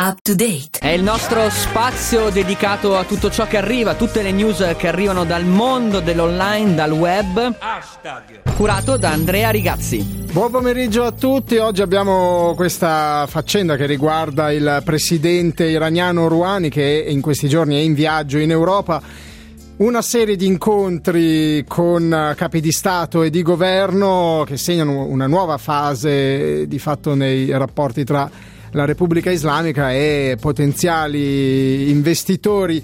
Up to date. È il nostro spazio dedicato a tutto ciò che arriva, tutte le news che arrivano dal mondo dell'online, dal web. Curato da Andrea Rigazzi. Buon pomeriggio a tutti. Oggi abbiamo questa faccenda che riguarda il presidente iraniano Rouhani, che in questi giorni è in viaggio in Europa. Una serie di incontri con capi di Stato e di governo che segnano una nuova fase di fatto nei rapporti tra la Repubblica Islamica e potenziali investitori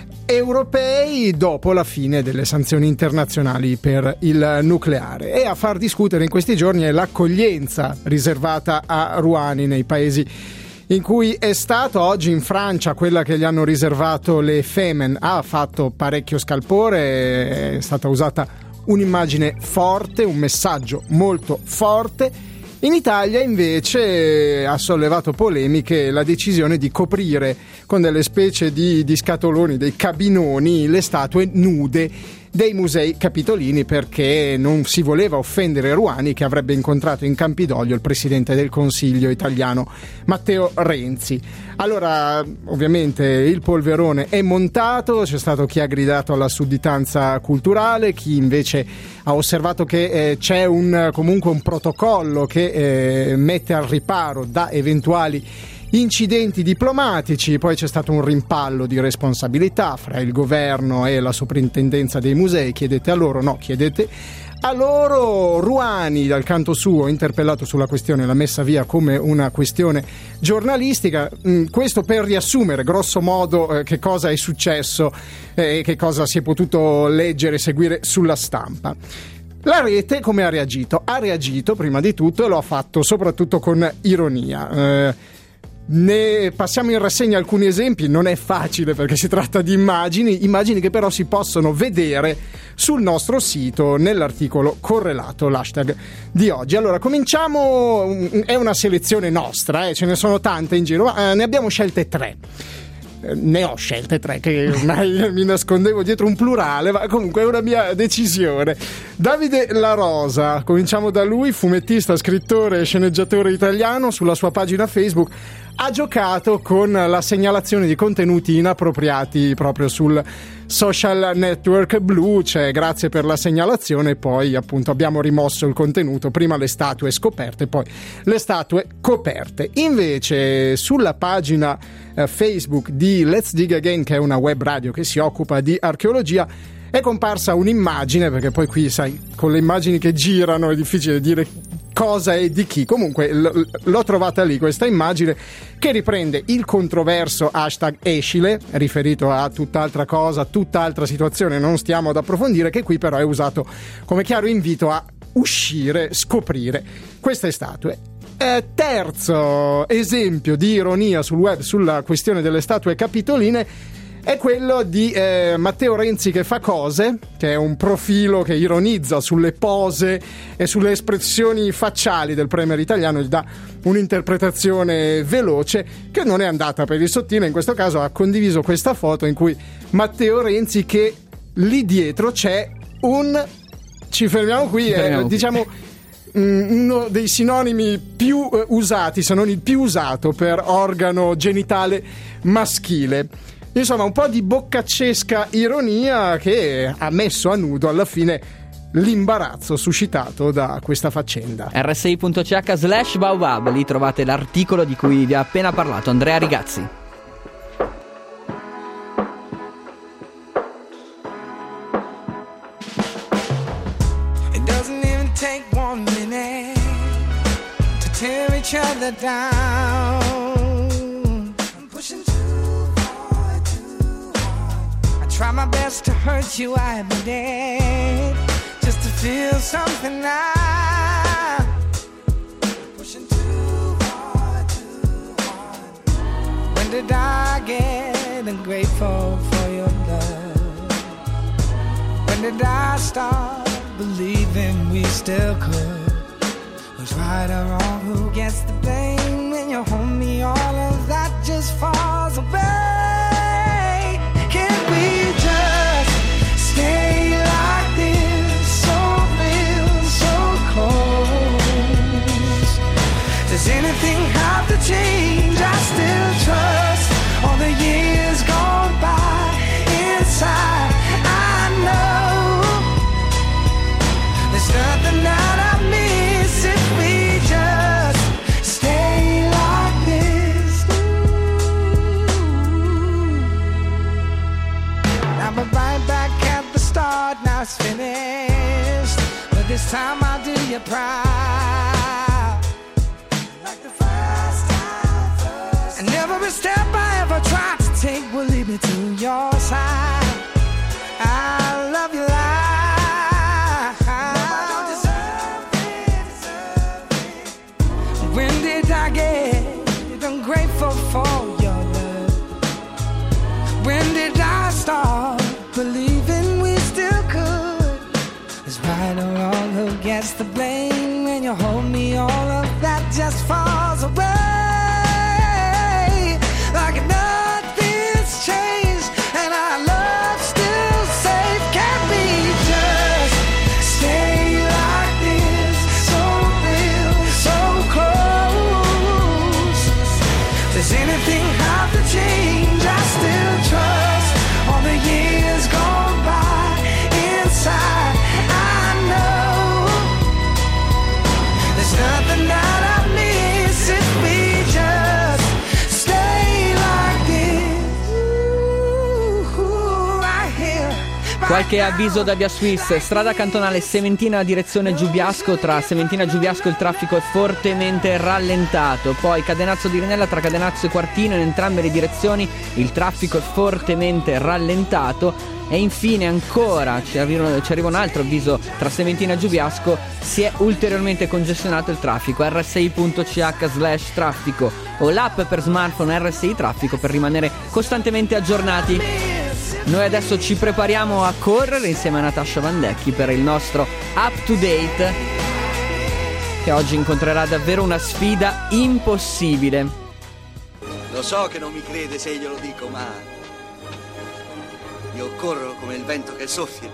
europei dopo la fine delle sanzioni internazionali per il nucleare. E a far discutere in questi giorni è l'accoglienza riservata a Rouhani nei paesi in cui è stato. Oggi in Francia quella che gli hanno riservato le Femen ha fatto parecchio scalpore, è stata usata un'immagine forte, un messaggio molto forte. In Italia invece ha sollevato polemiche la decisione di coprire con delle specie di scatoloni, dei cabinoni, le statue nude dei musei capitolini, perché non si voleva offendere Rouhani, che avrebbe incontrato in Campidoglio il presidente del Consiglio italiano Matteo Renzi. Allora, ovviamente il polverone è montato, c'è stato chi ha gridato alla sudditanza culturale, chi invece ha osservato che c'è comunque un protocollo che mette al riparo da eventuali incidenti diplomatici. Poi c'è stato un rimpallo di responsabilità fra il governo e la soprintendenza dei musei. Chiedete a loro, no, chiedete a loro. Rouhani dal canto suo, interpellato sulla questione, l'ha messa via come una questione giornalistica. Questo per riassumere grosso modo che cosa è successo e che cosa si è potuto leggere e seguire sulla stampa. La rete come ha reagito? Ha reagito prima di tutto, e lo ha fatto soprattutto con ironia. Ne passiamo in rassegna alcuni esempi. Non è facile perché si tratta di immagini che però si possono vedere sul nostro sito nell'articolo correlato, l'hashtag di oggi. Allora cominciamo, è una selezione nostra, ce ne sono tante in giro, ma ne abbiamo scelte tre. Ne ho scelte tre, che mi nascondevo dietro un plurale, ma comunque è una mia decisione. Davide La Rosa, cominciamo da lui, fumettista, scrittore e sceneggiatore italiano. Sulla sua pagina Facebook ha giocato con la segnalazione di contenuti inappropriati proprio sul social network Blue. Grazie per la segnalazione. Poi appunto abbiamo rimosso il contenuto, prima le statue scoperte, poi le statue coperte. Invece sulla pagina Facebook di Let's Dig Again, che è una web radio che si occupa di archeologia, è comparsa un'immagine, perché poi qui sai, con le immagini che girano è difficile dire cosa e di chi. Comunque l'ho trovata lì questa immagine, che riprende il controverso hashtag Escile, riferito a tutt'altra cosa, tutt'altra situazione, non stiamo ad approfondire, che qui però è usato come chiaro invito a uscire, scoprire queste statue. Terzo esempio di ironia sul web sulla questione delle statue capitoline è quello di Matteo Renzi che fa cose, che è un profilo che ironizza sulle pose e sulle espressioni facciali del premier italiano, gli dà un'interpretazione veloce che non è andata per il sottile. In questo caso ha condiviso questa foto in cui Matteo Renzi, che lì dietro c'è ci fermiamo qui, diciamo uno dei sinonimi più usati, se non il più usato, per organo genitale maschile. Insomma, un po' di boccaccesca ironia che ha messo a nudo alla fine l'imbarazzo suscitato da questa faccenda. rsi.ch/baobab, lì trovate l'articolo di cui vi ha appena parlato Andrea Rigazzi. It doesn't even take 1 minute to tear each other down. I'm pushing too hard. I try my best to hurt you, I admit, just to feel something now. Pushing too hard. When did I get ungrateful for your love? When did I start believing we still could? Who's right or wrong, who gets the blame? When you hold me, all of that just falls away. Can't we just stay like this, so real, so close? Does anything have to change? I still trust. this time I'll do you proud. Like the first time. And every step I ever tried to take will lead me to your side. I love you like I don't deserve it. When did I get ungrateful for your love? When did I start believing we still could? Is right or wrong, who gets the blame? When you hold me, all of that just falls away. Like nothing's changed and our love still safe. Can't we just stay like this? So real, so close. Does anything have to change? I still trust all the years gone by. Inside I know there's nothing that I miss if we just stay like this. Ooh, right here. Qualche avviso da Via Swiss, strada cantonale Sementina direzione Giubiasco, tra Sementina e Giubiasco il traffico è fortemente rallentato, poi Cadenazzo di Rinella tra Cadenazzo e Quartino in entrambe le direzioni il traffico è fortemente rallentato e infine ancora ci arriva un altro avviso tra Sementina e Giubiasco, si è ulteriormente congestionato il traffico, rsi.ch/traffico o l'app per smartphone RSI Traffico per rimanere costantemente aggiornati. Noi adesso ci prepariamo a correre insieme a Natasha Vandecchi per il nostro Up to Date, che oggi incontrerà davvero una sfida impossibile. Lo so che non mi crede se glielo dico, ma io corro come il vento che soffia.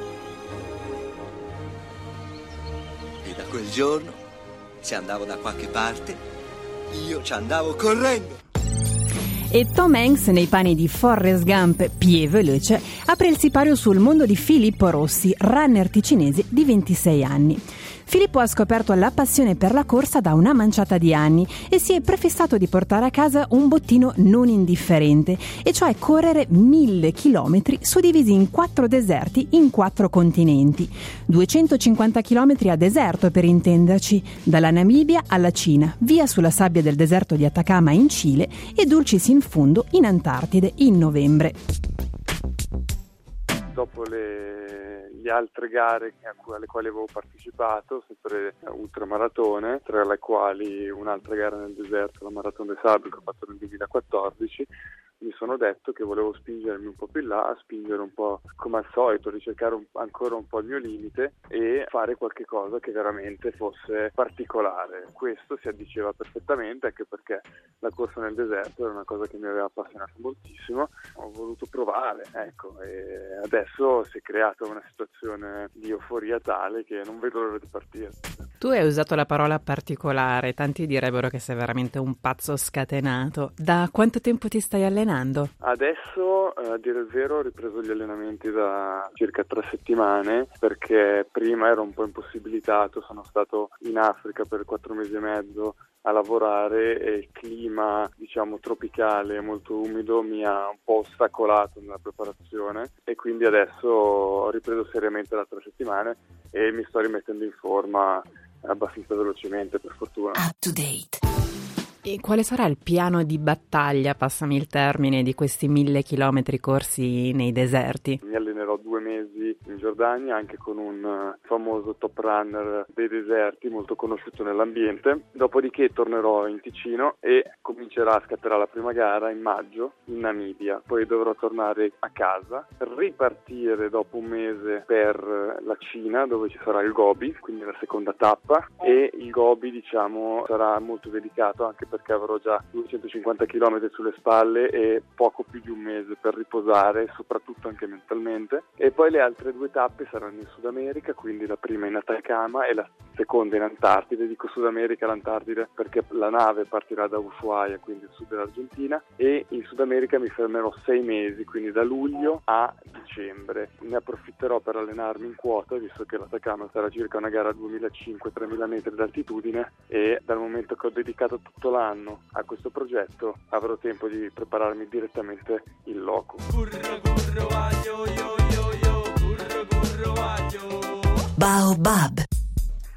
E da quel giorno, se andavo da qualche parte, io ci andavo correndo. E Tom Hanks, nei panni di Forrest Gump, Pied Veloce, apre il sipario sul mondo di Filippo Rossi, runner ticinese di 26 anni. Filippo ha scoperto la passione per la corsa da una manciata di anni e si è prefissato di portare a casa un bottino non indifferente, e cioè correre 1000 chilometri suddivisi in 4 deserti in 4 continenti. 250 chilometri a deserto, per intenderci, dalla Namibia alla Cina, via sulla sabbia del deserto di Atacama in Cile e Dulcis in fondo in Antartide in novembre. Dopo le altre gare alle quali avevo partecipato, sempre ultramaratone, tra le quali un'altra gara nel deserto, la Marathon des Sables che ho fatto nel 2014, mi sono detto che volevo spingermi un po' più in là, a spingere un po' come al solito, ricercare ancora un po' il mio limite e fare qualche cosa che veramente fosse particolare. Questo si addiceva perfettamente, anche perché la corsa nel deserto era una cosa che mi aveva appassionato moltissimo. Ho voluto provare, ecco, e adesso si è creata una situazione di euforia tale che non vedo l'ora di partire. Tu hai usato la parola particolare, tanti direbbero che sei veramente un pazzo scatenato. Da quanto tempo ti stai allenando? Adesso, a dire il vero, ho ripreso gli allenamenti da circa 3 settimane, perché prima ero un po' impossibilitato, sono stato in Africa per 4 mesi e mezzo a lavorare e il clima, diciamo, tropicale molto umido mi ha un po' ostacolato nella preparazione, e quindi adesso ho ripreso seriamente da 3 settimane e mi sto rimettendo in forma abbastanza velocemente, per fortuna. Up to date. E quale sarà il piano di battaglia, passami il termine, di questi 1000 chilometri corsi nei deserti? Mi allenerò 2 mesi in Giordania, anche con un famoso top runner dei deserti molto conosciuto nell'ambiente. Dopodiché tornerò in Ticino e scatterà la prima gara in maggio in Namibia. Poi dovrò tornare a casa, ripartire dopo un mese per la Cina, dove ci sarà il Gobi, quindi la seconda tappa, e il Gobi, diciamo, sarà molto delicato anche perché avrò già 250 km sulle spalle e poco più di un mese per riposare, soprattutto anche mentalmente. E poi le altre 2 tappe saranno in Sud America, quindi la prima in Atacama e la seconda in Antartide. Dico Sud America e l'Antartide perché la nave partirà da Ushuaia, quindi il sud dell'Argentina, e in Sud America mi fermerò 6 mesi, quindi da luglio a dicembre. Ne approfitterò per allenarmi in quota, visto che l'Atacama sarà circa una gara a 2.500-3.000 metri d'altitudine, e dal momento che ho dedicato tutto l'anno a questo progetto avrò tempo di prepararmi direttamente in loco. Baobab.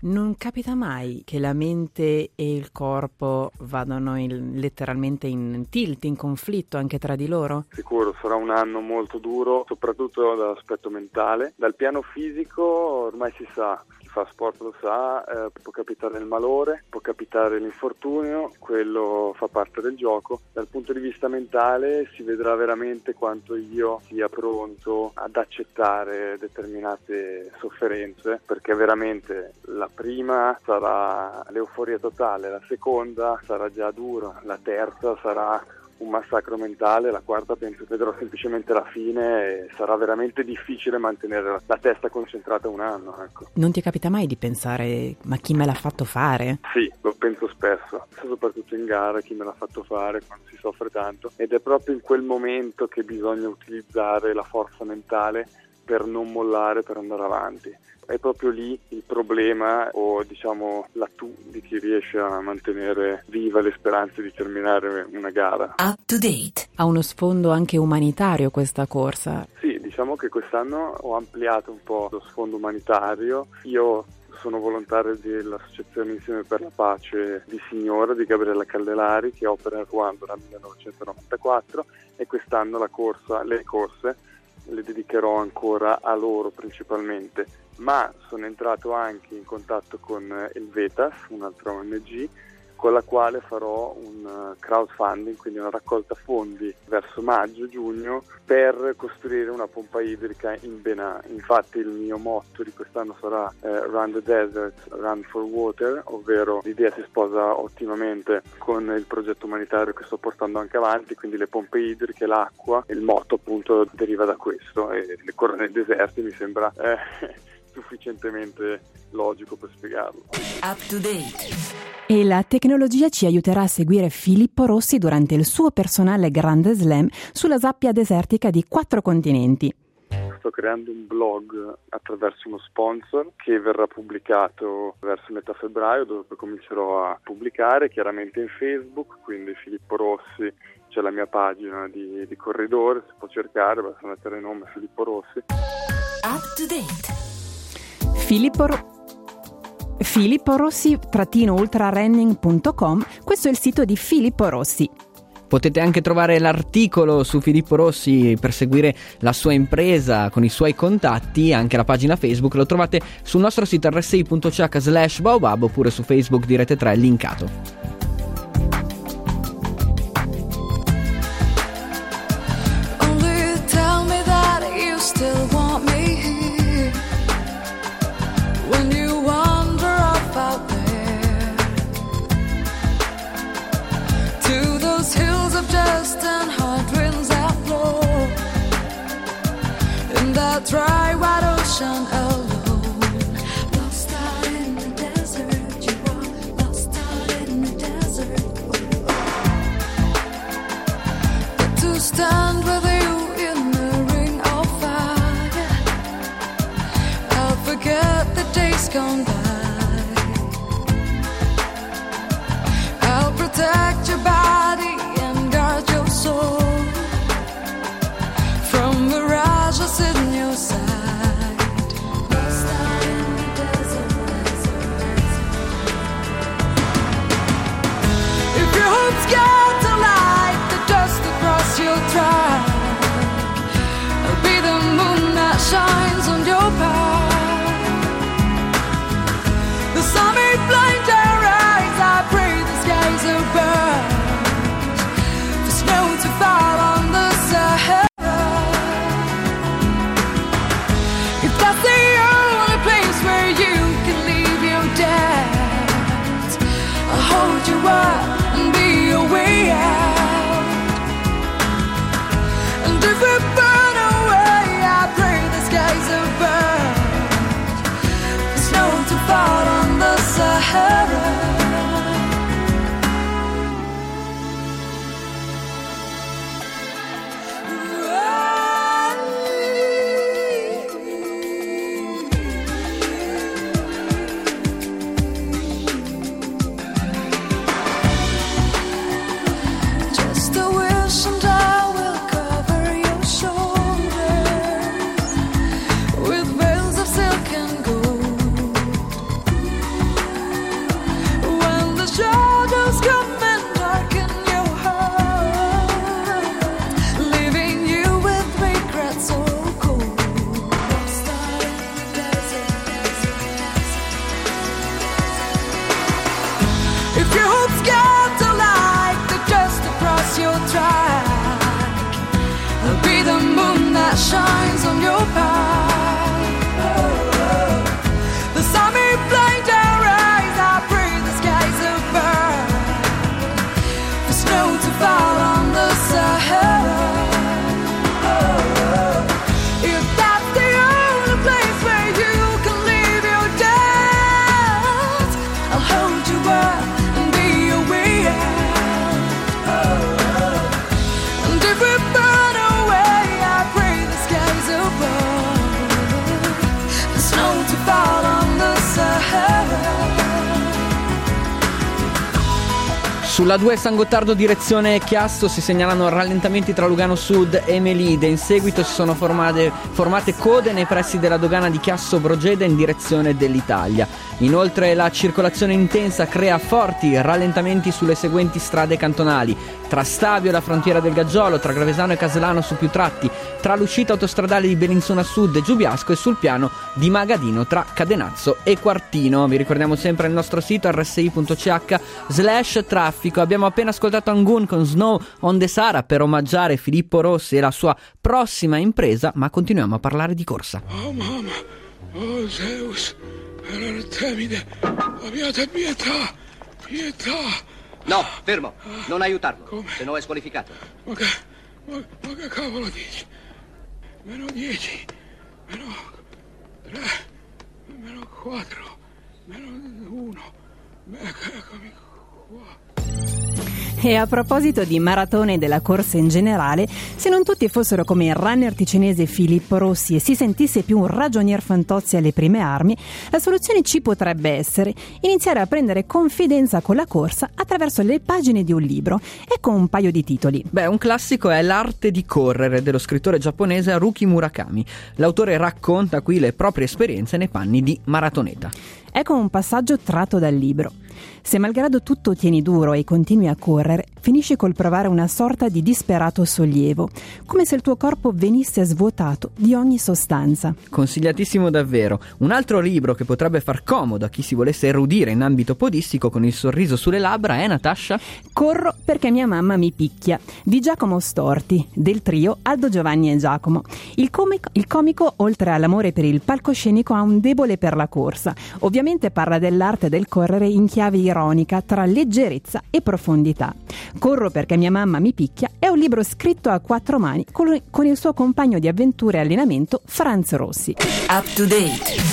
Non capita mai che la mente e il corpo vadano letteralmente in tilt, in conflitto anche tra di loro? Sicuro, sarà un anno molto duro, soprattutto dall'aspetto mentale. Dal piano fisico ormai si sa, chi fa sport lo sa, può capitare il malore, può capitare l'infortunio, quello fa parte del gioco. Dal punto di vista mentale si vedrà veramente quanto io sia pronto ad accettare determinate sofferenze, perché veramente la prima sarà l'euforia totale, la seconda sarà già duro, la terza sarà un massacro mentale, la quarta penso che vedrò semplicemente la fine e sarà veramente difficile mantenere la testa concentrata un anno, ecco. Non ti capita mai di pensare ma chi me l'ha fatto fare? Sì, lo penso spesso, soprattutto in gara, chi me l'ha fatto fare quando si soffre tanto, ed è proprio in quel momento che bisogna utilizzare la forza mentale per non mollare, per andare avanti. È proprio lì il problema, o diciamo l'attu di chi riesce a mantenere viva le speranze di terminare una gara. Up to date. Ha uno sfondo anche umanitario questa corsa? Sì, diciamo che quest'anno ho ampliato un po' lo sfondo umanitario. Io sono volontario dell'Associazione Insieme per la Pace di Signora di Gabriella Caldelari, che opera in Ruanda dal 1994, e quest'anno le corse le dedicherò ancora a loro principalmente, ma sono entrato anche in contatto con il Vetas, un'altra ONG, con la quale farò un crowdfunding, quindi una raccolta fondi verso maggio-giugno per costruire una pompa idrica in Benin. Infatti il mio motto di quest'anno sarà Run the Desert, Run for Water, ovvero l'idea si sposa ottimamente con il progetto umanitario che sto portando anche avanti, quindi le pompe idriche, l'acqua. Il motto appunto deriva da questo, e le corre nei deserti mi sembra sufficientemente logico per spiegarlo. Up to date. E la tecnologia ci aiuterà a seguire Filippo Rossi durante il suo personale Grande Slam sulla sabbia desertica di 4 continenti. Sto creando un blog attraverso uno sponsor che verrà pubblicato verso metà febbraio, dove comincerò a pubblicare chiaramente in Facebook, quindi Filippo Rossi, c'è la mia pagina di corridore, si può cercare, basta mettere il nome Filippo Rossi. Up to date. Filippo Rossi-ultrarunning.com, questo è il sito di Filippo Rossi. Potete anche trovare l'articolo su Filippo Rossi per seguire la sua impresa con i suoi contatti, anche la pagina Facebook lo trovate sul nostro sito rsi.ch/baobab oppure su Facebook di Rete 3 linkato. Dry white ocean alone, lost out in the desert. You are lost out in the desert. But to stand with you in the ring of fire, I'll forget the days gone by. I'll protect your body and guard your soul from mirages in your side. Lost out in the desert. If your hopes get to light, the dust across your track. light shines on your path. The sun may blind our eyes, I pray the skies are burned. For snow to fall on the Sahara. If that's the only place where you can leave your doubts, I'll hold you up and be your way out. And if we burn away, I pray the skies above, the snow to fall on the Sahara. Sulla 2 San Gottardo direzione Chiasso si segnalano rallentamenti tra Lugano Sud e Melide. In seguito si sono formate code nei pressi della dogana di Chiasso Brogeda in direzione dell'Italia. Inoltre la circolazione intensa crea forti rallentamenti sulle seguenti strade cantonali: tra Stabio e la frontiera del Gaggiolo, tra Gravesano e Caselano su più tratti, tra l'uscita autostradale di Bellinzona Sud e Giubiasco e sul piano di Magadino tra Cadenazzo e Quartino. Vi ricordiamo sempre il nostro sito rsi.ch/traffico. Abbiamo appena ascoltato Angun con Snow on the Sahara per omaggiare Filippo Rossi e la sua prossima impresa, ma continuiamo a parlare di corsa. Oh mamma, oh Zeus, era temide, abbiate pietà, pietà. No, fermo, non aiutarlo, Come? se no è squalificato. Ma che cavolo dici? Meno 10, meno 3, meno 4, meno 1, eccomi qua. E a proposito di maratone e della corsa in generale, se non tutti fossero come il runner ticinese Filippo Rossi e si sentisse più un ragionier Fantozzi alle prime armi, la soluzione ci potrebbe essere iniziare a prendere confidenza con la corsa attraverso le pagine di un libro. Ecco un paio di titoli. Un classico è L'arte di correre dello scrittore giapponese Haruki Murakami. L'autore racconta qui le proprie esperienze nei panni di maratoneta. Ecco un passaggio tratto dal libro. Se malgrado tutto tieni duro e continui a correre, finisci col provare una sorta di disperato sollievo, come se il tuo corpo venisse svuotato di ogni sostanza. Consigliatissimo davvero. Un altro libro che potrebbe far comodo a chi si volesse erudire in ambito podistico con il sorriso sulle labbra è, Natascia? Corro perché mia mamma mi picchia, di Giacomo Storti, del trio Aldo, Giovanni e Giacomo. Il comico, oltre all'amore per il palcoscenico, ha un debole per la corsa. Ovviamente parla dell'arte del correre in chiave ironica tra leggerezza e profondità. Corro perché mia mamma mi picchia è un libro scritto a 4 mani con il suo compagno di avventure e allenamento Franz Rossi. Up to date.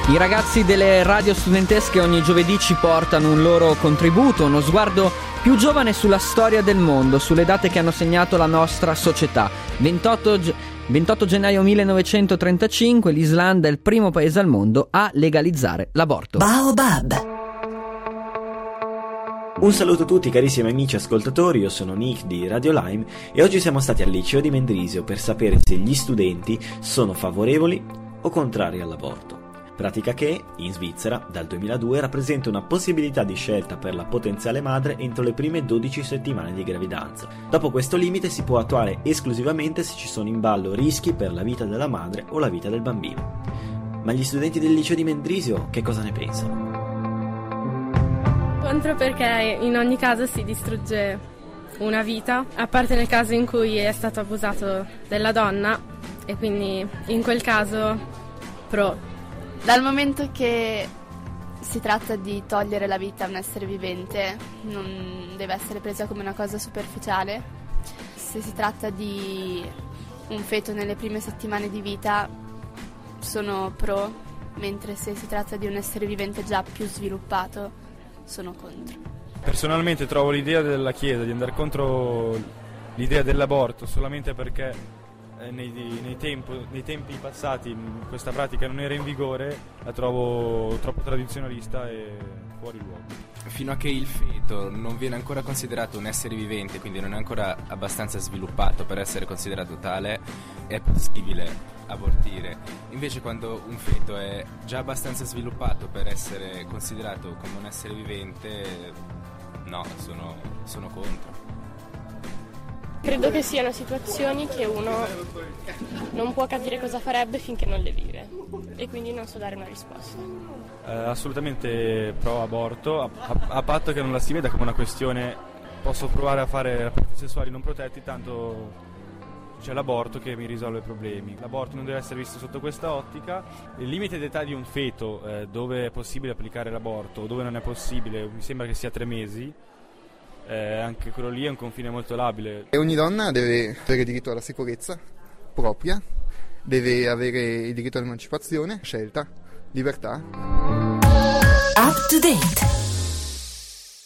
I ragazzi delle radio studentesche ogni giovedì ci portano un loro contributo, uno sguardo più giovane sulla storia del mondo, sulle date che hanno segnato la nostra società. 28 gennaio 1935, l'Islanda è il primo paese al mondo a legalizzare l'aborto. Baobab. Un saluto a tutti carissimi amici ascoltatori, io sono Nick di Radio Lime e oggi siamo stati al liceo di Mendrisio per sapere se gli studenti sono favorevoli o contrari all'aborto. Pratica che, in Svizzera, dal 2002 rappresenta una possibilità di scelta per la potenziale madre entro le prime 12 settimane di gravidanza. Dopo questo limite si può attuare esclusivamente se ci sono in ballo rischi per la vita della madre o la vita del bambino. Ma gli studenti del liceo di Mendrisio che cosa ne pensano? Contro perché in ogni caso si distrugge una vita, a parte nel caso in cui è stato abusato della donna, e quindi in quel caso pro. Dal momento che si tratta di togliere la vita a un essere vivente, non deve essere presa come una cosa superficiale. Se si tratta di un feto nelle prime settimane di vita, sono pro, mentre se si tratta di un essere vivente già più sviluppato, sono contro. Personalmente trovo l'idea della Chiesa di andare contro l'idea dell'aborto solamente perché nei tempi passati questa pratica non era in vigore, la trovo troppo tradizionalista e fuori luogo. Fino a che il feto non viene ancora considerato un essere vivente, quindi non è ancora abbastanza sviluppato per essere considerato tale, è possibile abortire. Invece quando un feto è già abbastanza sviluppato per essere considerato come un essere vivente, no, sono contro. Credo che siano situazioni che uno non può capire cosa farebbe finché non le vive, e quindi non so dare una risposta. Assolutamente pro aborto, a patto che non la si veda come una questione posso provare a fare rapporti sessuali non protetti, tanto c'è l'aborto che mi risolve i problemi. L'aborto non deve essere visto sotto questa ottica. Il limite d'età di un feto, dove è possibile applicare l'aborto o dove non è possibile, mi sembra che sia 3 mesi. Anche quello lì è un confine molto labile. E ogni donna deve avere diritto alla sicurezza propria, deve avere il diritto all'emancipazione, scelta, libertà. Up to date.